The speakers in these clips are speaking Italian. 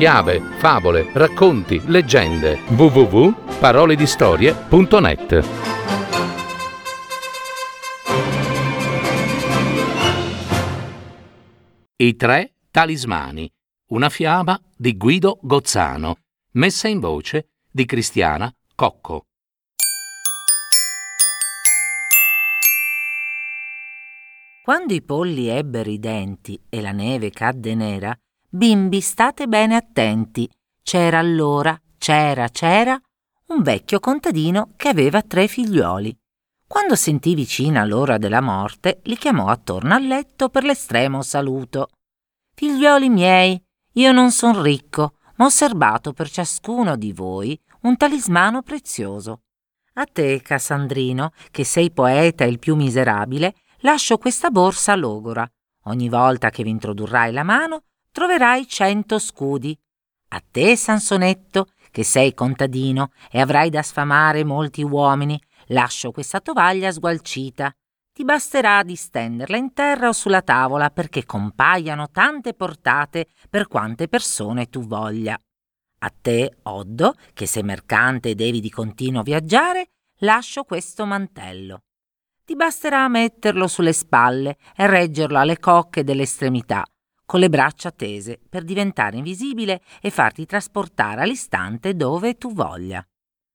fiabe, favole, racconti, leggende. www.paroledistorie.net. I tre talismani. Una fiaba di Guido Gozzano, messa in voce di Cristiana Cocco. Quando i polli ebbero i denti e la neve cadde nera, bimbi, state bene attenti. C'era un vecchio contadino che aveva 3 figliuoli. Quando sentì vicina l'ora della morte, li chiamò attorno al letto per l'estremo saluto. Figliuoli miei, io non son ricco, ma ho serbato per ciascuno di voi un talismano prezioso. A te, Cassandrino, che sei poeta il più miserabile, lascio questa borsa logora. Ogni volta che vi introdurrai la mano, troverai 100 scudi. A te, Sansonetto, che sei contadino e avrai da sfamare molti uomini, lascio questa tovaglia sgualcita. Ti basterà di stenderla in terra o sulla tavola perché compaiano tante portate per quante persone tu voglia. A te, Oddo, che sei mercante e devi di continuo viaggiare, lascio questo mantello. Ti basterà metterlo sulle spalle e reggerlo alle cocche delle estremità, con le braccia tese per diventare invisibile e farti trasportare all'istante dove tu voglia.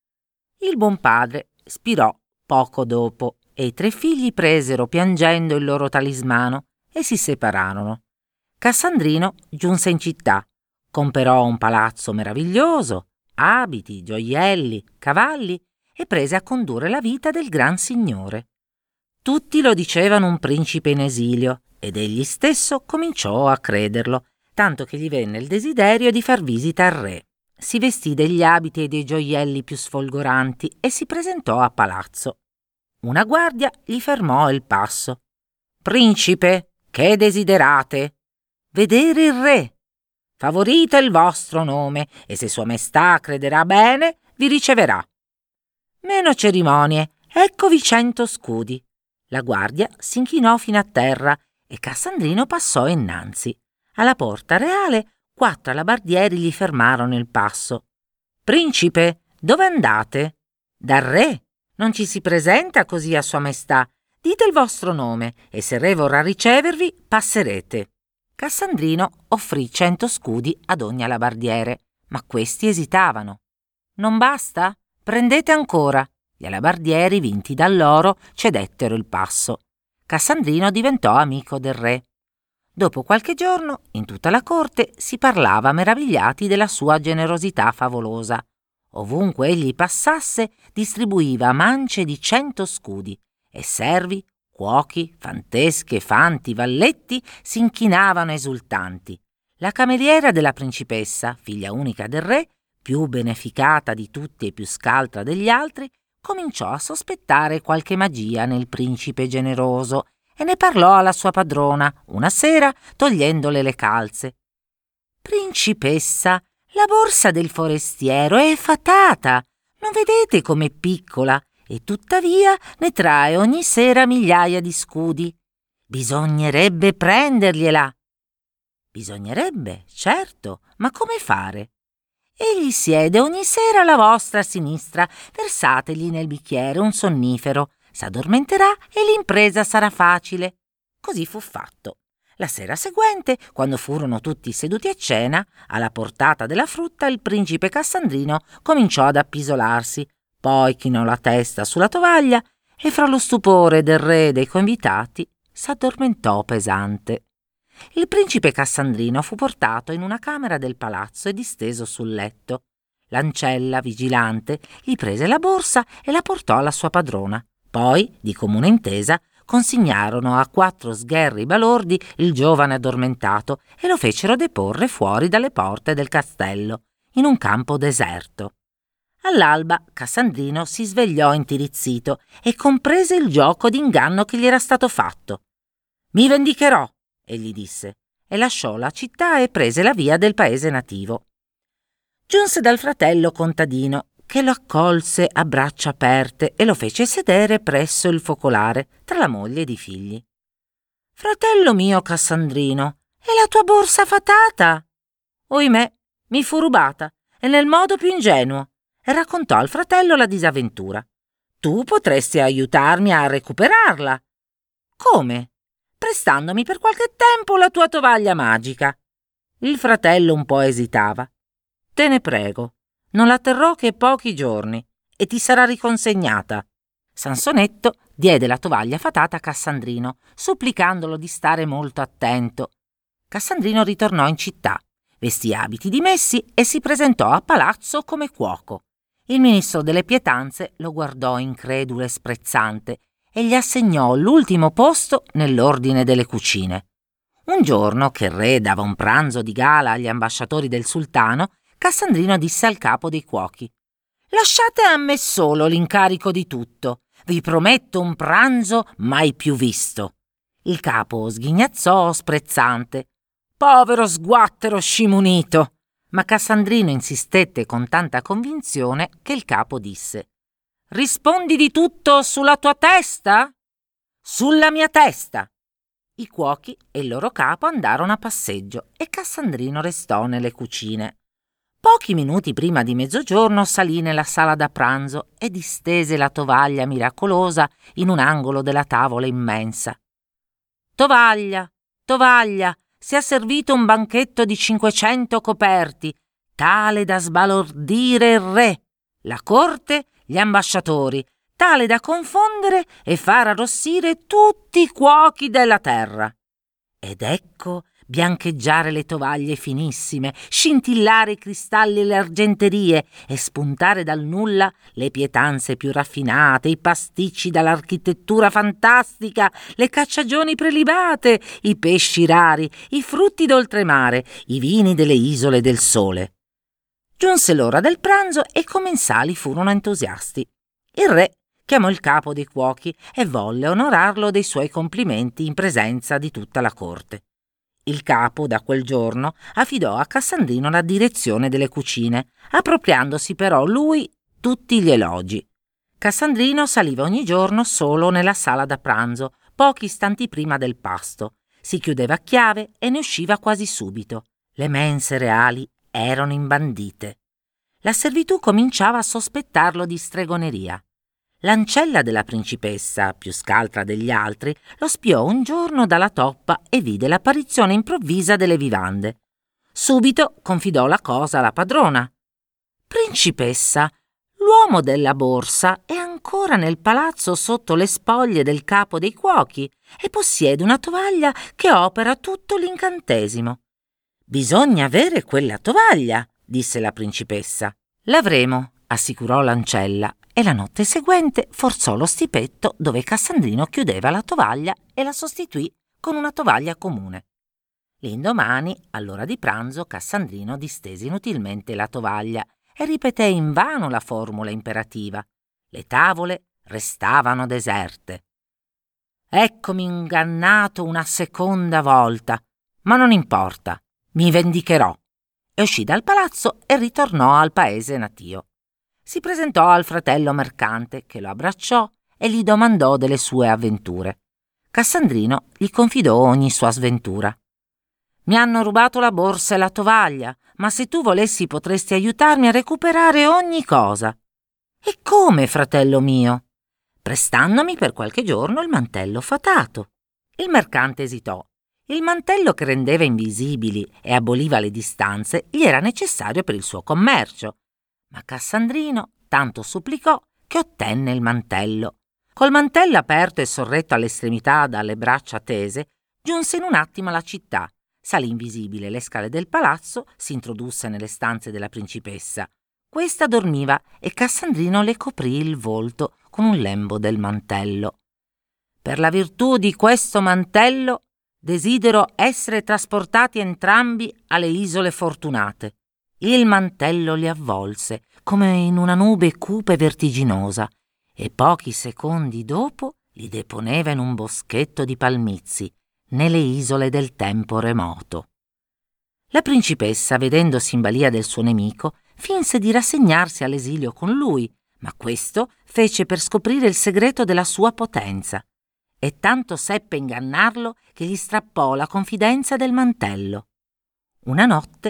Il buon padre spirò poco dopo e i 3 figli presero piangendo il loro talismano e si separarono. Cassandrino giunse in città, comperò un palazzo meraviglioso, abiti, gioielli, cavalli e prese a condurre la vita del gran signore. Tutti lo dicevano un principe in esilio ed egli stesso cominciò a crederlo, tanto che gli venne il desiderio di far visita al re. Si vestì degli abiti e dei gioielli più sfolgoranti e si presentò a palazzo. Una guardia gli fermò il passo. «Principe, che desiderate?» «Vedere il re. Favorite il vostro nome e se Sua Maestà crederà bene, vi riceverà». «Meno cerimonie, eccovi 100 scudi». La guardia si inchinò fino a terra e Cassandrino passò innanzi. Alla porta reale 4 alabardieri gli fermarono il passo. «Principe, dove andate?» «Dal re. Non ci si presenta così a Sua Maestà. Dite il vostro nome e se il re vorrà ricevervi, passerete». Cassandrino offrì 100 scudi ad ogni alabardiere, ma questi esitavano. «Non basta? Prendete ancora». Gli alabardieri, vinti dall'oro, cedettero il passo. Cassandrino diventò amico del re. Dopo qualche giorno, in tutta la corte si parlava meravigliati della sua generosità favolosa. Ovunque egli passasse, distribuiva mance di 100 scudi e servi, cuochi, fantesche, fanti, valletti si inchinavano esultanti. La cameriera della principessa, figlia unica del re, più beneficata di tutti e più scaltra degli altri, cominciò a sospettare qualche magia nel principe generoso e ne parlò alla sua padrona una sera togliendole le calze. «Principessa, la borsa del forestiero è fatata. Non vedete com'è piccola e tuttavia ne trae ogni sera migliaia di scudi. Bisognerebbe prendergliela». «Bisognerebbe, certo, ma come fare?» «Egli siede ogni sera alla vostra sinistra, versategli nel bicchiere un sonnifero, s'addormenterà e l'impresa sarà facile». Così fu fatto. La sera seguente, quando furono tutti seduti a cena, alla portata della frutta il principe Cassandrino cominciò ad appisolarsi, poi chinò la testa sulla tovaglia e fra lo stupore del re e dei convitati s'addormentò pesante. Il principe Cassandrino fu portato in una camera del palazzo e disteso sul letto. L'ancella, vigilante, gli prese la borsa e la portò alla sua padrona. Poi, di comune intesa, consignarono a 4 sgherri balordi il giovane addormentato e lo fecero deporre fuori dalle porte del castello, in un campo deserto. All'alba Cassandrino si svegliò intirizzito e comprese il gioco d'inganno che gli era stato fatto. «Mi vendicherò», egli disse, e lasciò la città e prese la via del paese nativo. Giunse dal fratello contadino, che lo accolse a braccia aperte e lo fece sedere presso il focolare tra la moglie ed i figli. «Fratello mio Cassandrino, è la tua borsa fatata?» «Oimè, Mi fu rubata, e nel modo più ingenuo, e raccontò al fratello la disavventura. Tu potresti aiutarmi a recuperarla. Come? Prestandomi per qualche tempo la tua tovaglia magica. Il fratello un po' esitava. Te ne prego, non la terrò che pochi giorni e ti sarà riconsegnata. Sansonetto diede la tovaglia fatata a Cassandrino, supplicandolo di stare molto attento. Cassandrino ritornò in città, vestì abiti dimessi e si presentò a palazzo come cuoco. Il ministro delle pietanze lo guardò incredulo e sprezzante e gli assegnò l'ultimo posto nell'ordine delle cucine. Un giorno che il re dava un pranzo di gala agli ambasciatori del sultano, Cassandrino disse al capo dei cuochi: «Lasciate a me solo l'incarico di tutto. Vi prometto un pranzo mai più visto». Il capo sghignazzò sprezzante: «Povero sguattero scimunito!» Ma Cassandrino insistette con tanta convinzione che il capo disse: «Rispondi di tutto sulla tua testa?» «Sulla mia testa!» I cuochi e il loro capo andarono a passeggio e Cassandrino restò nelle cucine. Pochi minuti prima di mezzogiorno salì nella sala da pranzo e distese la tovaglia miracolosa in un angolo della tavola immensa. «Tovaglia, tovaglia, si è servito un banchetto di 500 coperti, tale da sbalordire il re, la corte, gli ambasciatori, tale da confondere e far arrossire tutti i cuochi della terra. Ed ecco biancheggiare le tovaglie finissime, scintillare i cristalli e le argenterie e spuntare dal nulla le pietanze più raffinate, i pasticci dall'architettura fantastica, le cacciagioni prelibate, i pesci rari, i frutti d'oltremare, i vini delle isole del sole». Giunse l'ora del pranzo e i commensali furono entusiasti. Il re chiamò il capo dei cuochi e volle onorarlo dei suoi complimenti in presenza di tutta la corte. Il capo, da quel giorno, affidò a Cassandrino la direzione delle cucine, appropriandosi però lui tutti gli elogi. Cassandrino saliva ogni giorno solo nella sala da pranzo, pochi istanti prima del pasto. Si chiudeva a chiave e ne usciva quasi subito. Le mense reali erano imbandite. La servitù cominciava a sospettarlo di stregoneria. L'ancella della principessa, più scaltra degli altri, lo spiò un giorno dalla toppa e vide l'apparizione improvvisa delle vivande. Subito confidò la cosa alla padrona. «Principessa, l'uomo della borsa è ancora nel palazzo sotto le spoglie del capo dei cuochi e possiede una tovaglia che opera tutto l'incantesimo». «Bisogna avere quella tovaglia», disse la principessa. «L'avremo», assicurò l'ancella, e la notte seguente forzò lo stipetto dove Cassandrino chiudeva la tovaglia e la sostituì con una tovaglia comune. L'indomani, all'ora di pranzo, Cassandrino distese inutilmente la tovaglia e ripeté invano la formula imperativa. Le tavole restavano deserte. «Eccomi ingannato una seconda volta, ma non importa, mi vendicherò». E uscì dal palazzo e ritornò al paese natio. Si presentò al fratello mercante, che lo abbracciò e gli domandò delle sue avventure. Cassandrino gli confidò ogni sua sventura. «Mi hanno rubato la borsa e la tovaglia, ma se tu volessi potresti aiutarmi a recuperare ogni cosa». «E come, fratello mio?» «Prestandomi per qualche giorno il mantello fatato». Il mercante esitò. Il mantello che rendeva invisibili e aboliva le distanze gli era necessario per il suo commercio. Ma Cassandrino tanto supplicò che ottenne il mantello. Col mantello aperto e sorretto all'estremità dalle braccia tese, giunse in un attimo alla città, salì invisibile le scale del palazzo, si introdusse nelle stanze della principessa. Questa dormiva e Cassandrino le coprì il volto con un lembo del mantello. «Per la virtù di questo mantello desidero essere trasportati entrambi alle isole fortunate». Il mantello li avvolse come in una nube cupa e vertiginosa e pochi secondi dopo li deponeva in un boschetto di palmizi nelle isole del tempo remoto. La principessa, vedendosi in balia del suo nemico, finse di rassegnarsi all'esilio con lui, ma questo fece per scoprire il segreto della sua potenza e tanto seppe ingannarlo che gli strappò la confidenza del mantello. Una notte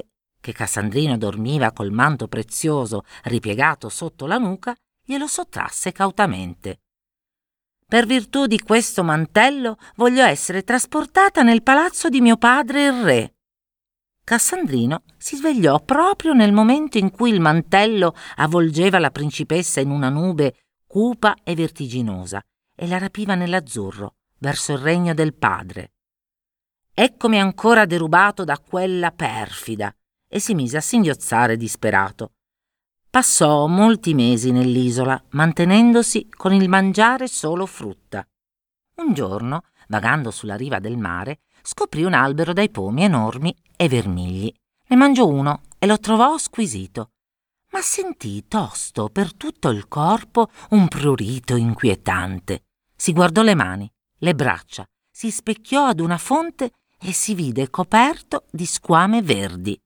che Cassandrino dormiva col manto prezioso ripiegato sotto la nuca, glielo sottrasse cautamente. Per virtù di questo mantello voglio essere trasportata nel palazzo di mio padre il re. Cassandrino si svegliò proprio nel momento in cui il mantello avvolgeva la principessa in una nube cupa e vertiginosa e la rapiva nell'azzurro verso il regno del padre. Eccomi ancora derubato da quella perfida, e si mise a singhiozzare disperato. Passò molti mesi nell'isola, mantenendosi con il mangiare solo frutta. Un giorno, vagando sulla riva del mare, scoprì un albero dai pomi enormi e vermigli. Ne mangiò uno e lo trovò squisito, ma sentì tosto per tutto il corpo un prurito inquietante. Si guardò le mani, le braccia, si specchiò ad una fonte e si vide coperto di squame verdi.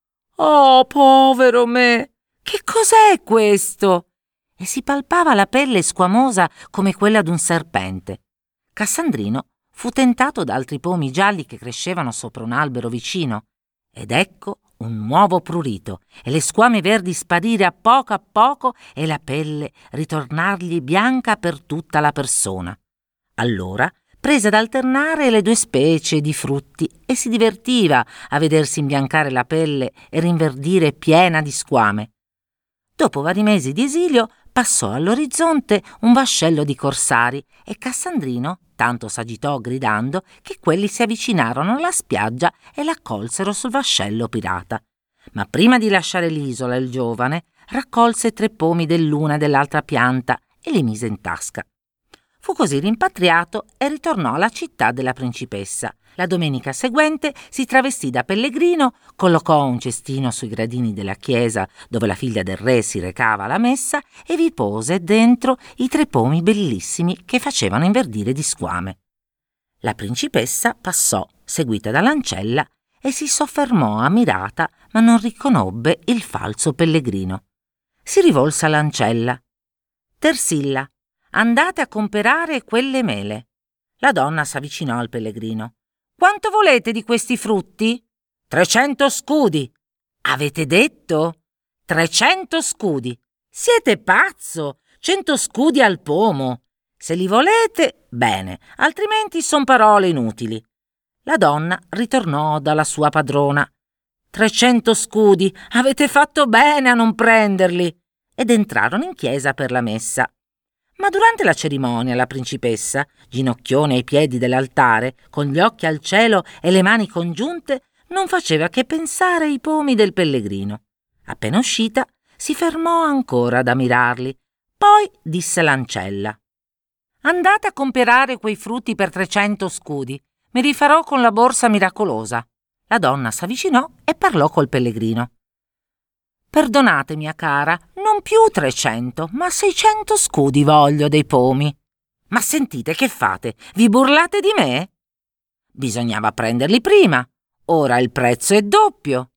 «Oh, povero me! Che cos'è questo?» E si palpava la pelle squamosa come quella d'un serpente. Cassandrino fu tentato da altri pomi gialli che crescevano sopra un albero vicino, ed ecco un nuovo prurito e le squame verdi sparire a poco e la pelle ritornargli bianca per tutta la persona. Allora prese ad alternare le due specie di frutti e si divertiva a vedersi imbiancare la pelle e rinverdire piena di squame. Dopo vari mesi di esilio passò all'orizzonte un vascello di corsari e Cassandrino tanto s'agitò gridando che quelli si avvicinarono alla spiaggia e l'accolsero sul vascello pirata. Ma prima di lasciare l'isola il giovane raccolse 3 pomi dell'una e dell'altra pianta e li mise in tasca. Fu così rimpatriato e ritornò alla città della principessa. La domenica seguente si travestì da pellegrino, collocò un cestino sui gradini della chiesa dove la figlia del re si recava alla messa e vi pose dentro i 3 pomi bellissimi che facevano inverdire di squame. La principessa passò, seguita dall'ancella, e si soffermò ammirata, ma non riconobbe il falso pellegrino. Si rivolse all'ancella. «Tersilla, andate a comperare quelle mele». La donna s'avvicinò al pellegrino. «Quanto volete di questi frutti?» «300 scudi». «Avete detto?» «300 scudi». «Siete pazzo! 100 scudi al pomo. Se li volete, bene, altrimenti son parole inutili». La donna ritornò dalla sua padrona. «300 scudi, avete fatto bene a non prenderli». Ed entrarono in chiesa per la messa. Ma durante la cerimonia la principessa, ginocchione ai piedi dell'altare, con gli occhi al cielo e le mani congiunte, non faceva che pensare ai pomi del pellegrino. Appena uscita, si fermò ancora ad ammirarli. Poi disse l'ancella: «Andate a comperare quei frutti per 300 scudi. Mi rifarò con la borsa miracolosa». La donna s'avvicinò e parlò col pellegrino. «Perdonate, mia cara, non più 300, ma 600 scudi voglio dei pomi». «Ma sentite, che fate? Vi burlate di me?» «Bisognava prenderli prima. Ora il prezzo è doppio».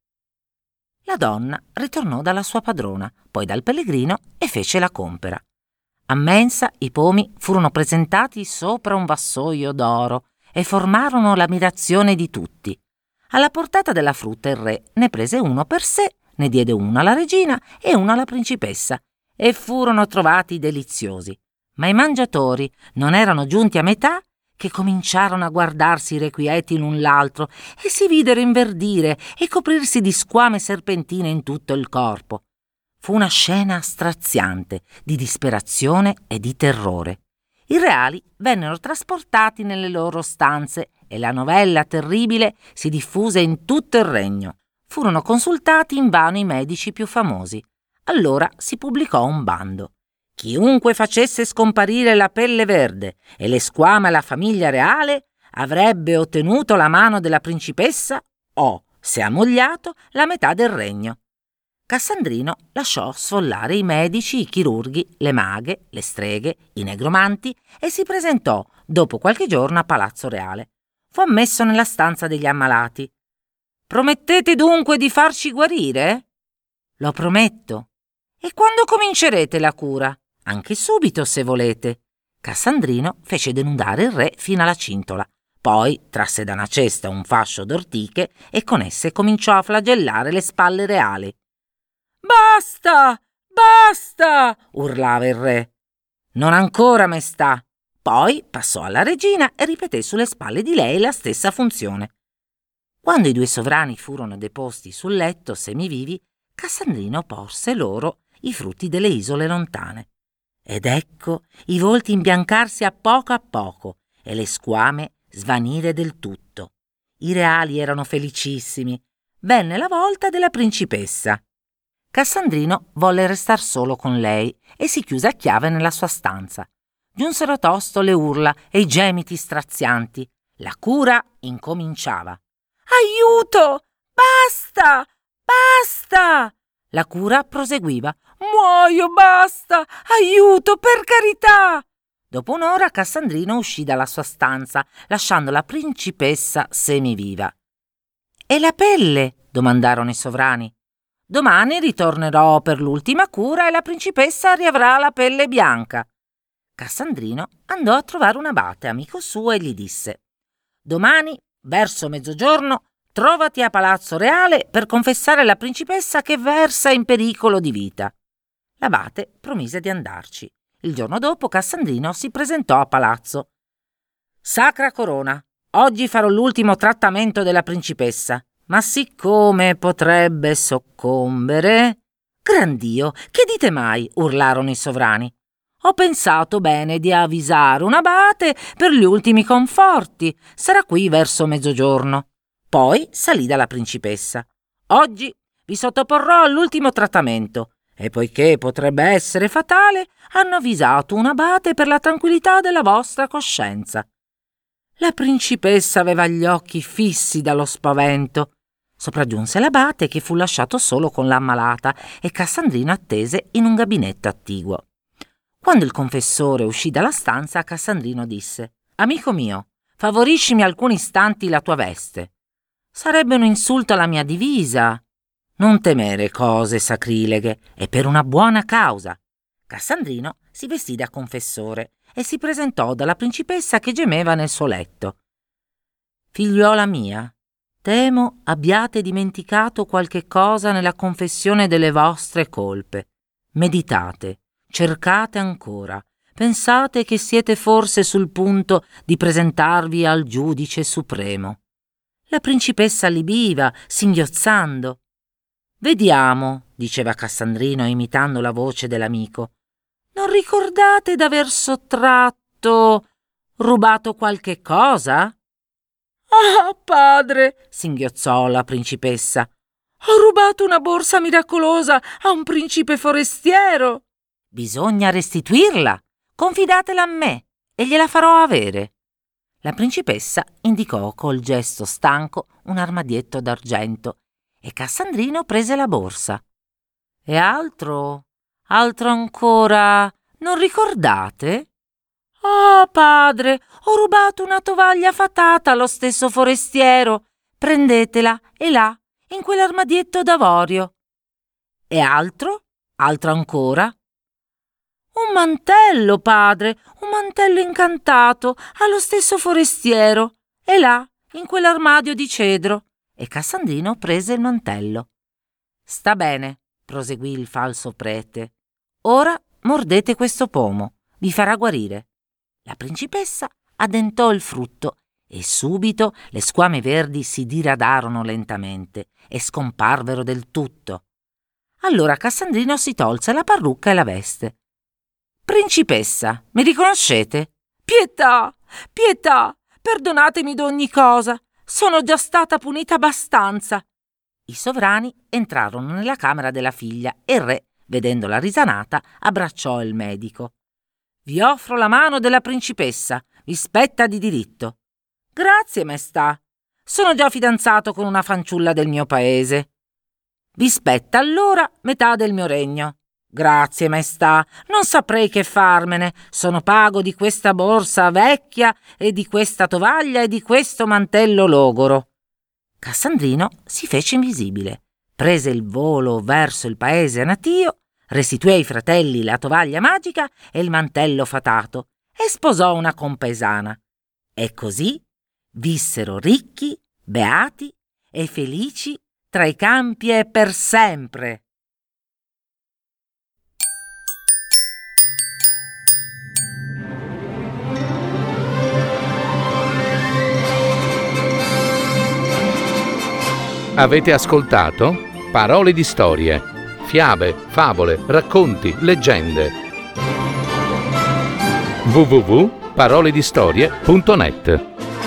La donna ritornò dalla sua padrona, poi dal pellegrino e fece la compera. A mensa i pomi furono presentati sopra un vassoio d'oro e formarono l'ammirazione di tutti. Alla portata della frutta il re ne prese uno per sé, ne diede uno alla regina e uno alla principessa, e furono trovati deliziosi. Ma i mangiatori non erano giunti a metà che cominciarono a guardarsi irrequieti l'un l'altro e si videro inverdire e coprirsi di squame serpentine in tutto il corpo. Fu una scena straziante di disperazione e di terrore. I reali vennero trasportati nelle loro stanze e la novella terribile si diffuse in tutto il regno. Furono consultati invano i medici più famosi. Allora si pubblicò un bando. Chiunque facesse scomparire la pelle verde e le squame alla famiglia reale avrebbe ottenuto la mano della principessa o, se ammogliato, la metà del regno. Cassandrino lasciò sfollare i medici, i chirurghi, le maghe, le streghe, i negromanti e si presentò dopo qualche giorno a Palazzo Reale. Fu ammesso nella stanza degli ammalati. «Promettete dunque di farci guarire?» «Lo prometto». «E quando comincerete la cura?» «Anche subito, se volete». Cassandrino fece denudare il re fino alla cintola. Poi trasse da una cesta un fascio d'ortiche e con esse cominciò a flagellare le spalle reali. «Basta! Basta!» urlava il re. «Non ancora, maestà!» Poi passò alla regina e ripeté sulle spalle di lei la stessa funzione. Quando i due sovrani furono deposti sul letto semivivi, Cassandrino porse loro i frutti delle isole lontane. Ed ecco i volti imbiancarsi a poco e le squame svanire del tutto. I reali erano felicissimi. Venne la volta della principessa. Cassandrino volle restar solo con lei e si chiuse a chiave nella sua stanza. Giunsero tosto le urla e i gemiti strazianti. La cura incominciava. «Aiuto! Basta! Basta!» La cura proseguiva. «Muoio, basta! Aiuto, per carità!» Dopo un'ora Cassandrino uscì dalla sua stanza, lasciando la principessa semiviva. «E la pelle?» domandarono i sovrani. «Domani ritornerò per l'ultima cura e la principessa riavrà la pelle bianca». Cassandrino andò a trovare un abate, amico suo, e gli disse: «Domani, verso mezzogiorno, trovati a Palazzo Reale per confessare la principessa che versa in pericolo di vita». L'abate promise di andarci. Il giorno dopo Cassandrino si presentò a palazzo. «Sacra Corona, oggi farò l'ultimo trattamento della principessa, ma siccome potrebbe soccombere...» «Gran Dio, che dite mai?» urlarono i sovrani. «Ho pensato bene di avvisare un abate per gli ultimi conforti. Sarà qui verso mezzogiorno». Poi salì dalla principessa. «Oggi vi sottoporrò all'ultimo trattamento e poiché potrebbe essere fatale, hanno avvisato un abate per la tranquillità della vostra coscienza». La principessa aveva gli occhi fissi dallo spavento. Sopraggiunse l'abate, che fu lasciato solo con l'ammalata, e Cassandrino attese in un gabinetto attiguo. Quando il confessore uscì dalla stanza, Cassandrino disse: «Amico mio, favoriscimi alcuni istanti la tua veste». «Sarebbe un insulto alla mia divisa». «Non temere cose sacrileghe, è per una buona causa». Cassandrino si vestì da confessore e si presentò dalla principessa che gemeva nel suo letto. «Figliuola mia, temo abbiate dimenticato qualche cosa nella confessione delle vostre colpe. Meditate, cercate ancora, pensate che siete forse sul punto di presentarvi al giudice supremo». La principessa allibiva, singhiozzando. «Vediamo», diceva Cassandrino imitando la voce dell'amico. «Non ricordate d'aver rubato qualche cosa?» «Ah, padre», singhiozzò la principessa, «ho rubato una borsa miracolosa a un principe forestiero». «Bisogna restituirla. Confidatela a me e gliela farò avere». La principessa indicò col gesto stanco un armadietto d'argento e Cassandrino prese la borsa. «E altro ancora non ricordate?» «Ah, padre, ho rubato una tovaglia fatata allo stesso forestiero. Prendetela, è là, in quell'armadietto d'avorio». «E altro ancora?» «Un mantello, padre, un mantello incantato allo stesso forestiero. È là, in quell'armadio di cedro». E Cassandrino prese il mantello. «Sta bene», proseguì il falso prete. «Ora mordete questo pomo, vi farà guarire». La principessa addentò il frutto e subito le squame verdi si diradarono lentamente e scomparvero del tutto. Allora Cassandrino si tolse la parrucca e la veste. «Principessa, mi riconoscete?» «Pietà, pietà, perdonatemi d'ogni cosa. Sono già stata punita abbastanza». I sovrani entrarono nella camera della figlia e il re, vedendo la risanata, abbracciò il medico. «Vi offro la mano della principessa, vi spetta di diritto». «Grazie, maestà. Sono già fidanzato con una fanciulla del mio paese». «Vi spetta allora metà del mio regno». «Grazie, maestà, non saprei che farmene. Sono pago di questa borsa vecchia e di questa tovaglia e di questo mantello logoro». Cassandrino si fece invisibile, prese il volo verso il paese natio, restituì ai fratelli la tovaglia magica e il mantello fatato e sposò una compaesana. E così vissero ricchi, beati e felici tra i campi e per sempre. Avete ascoltato Parole di storie, fiabe, favole, racconti, leggende. www.paroledistorie.net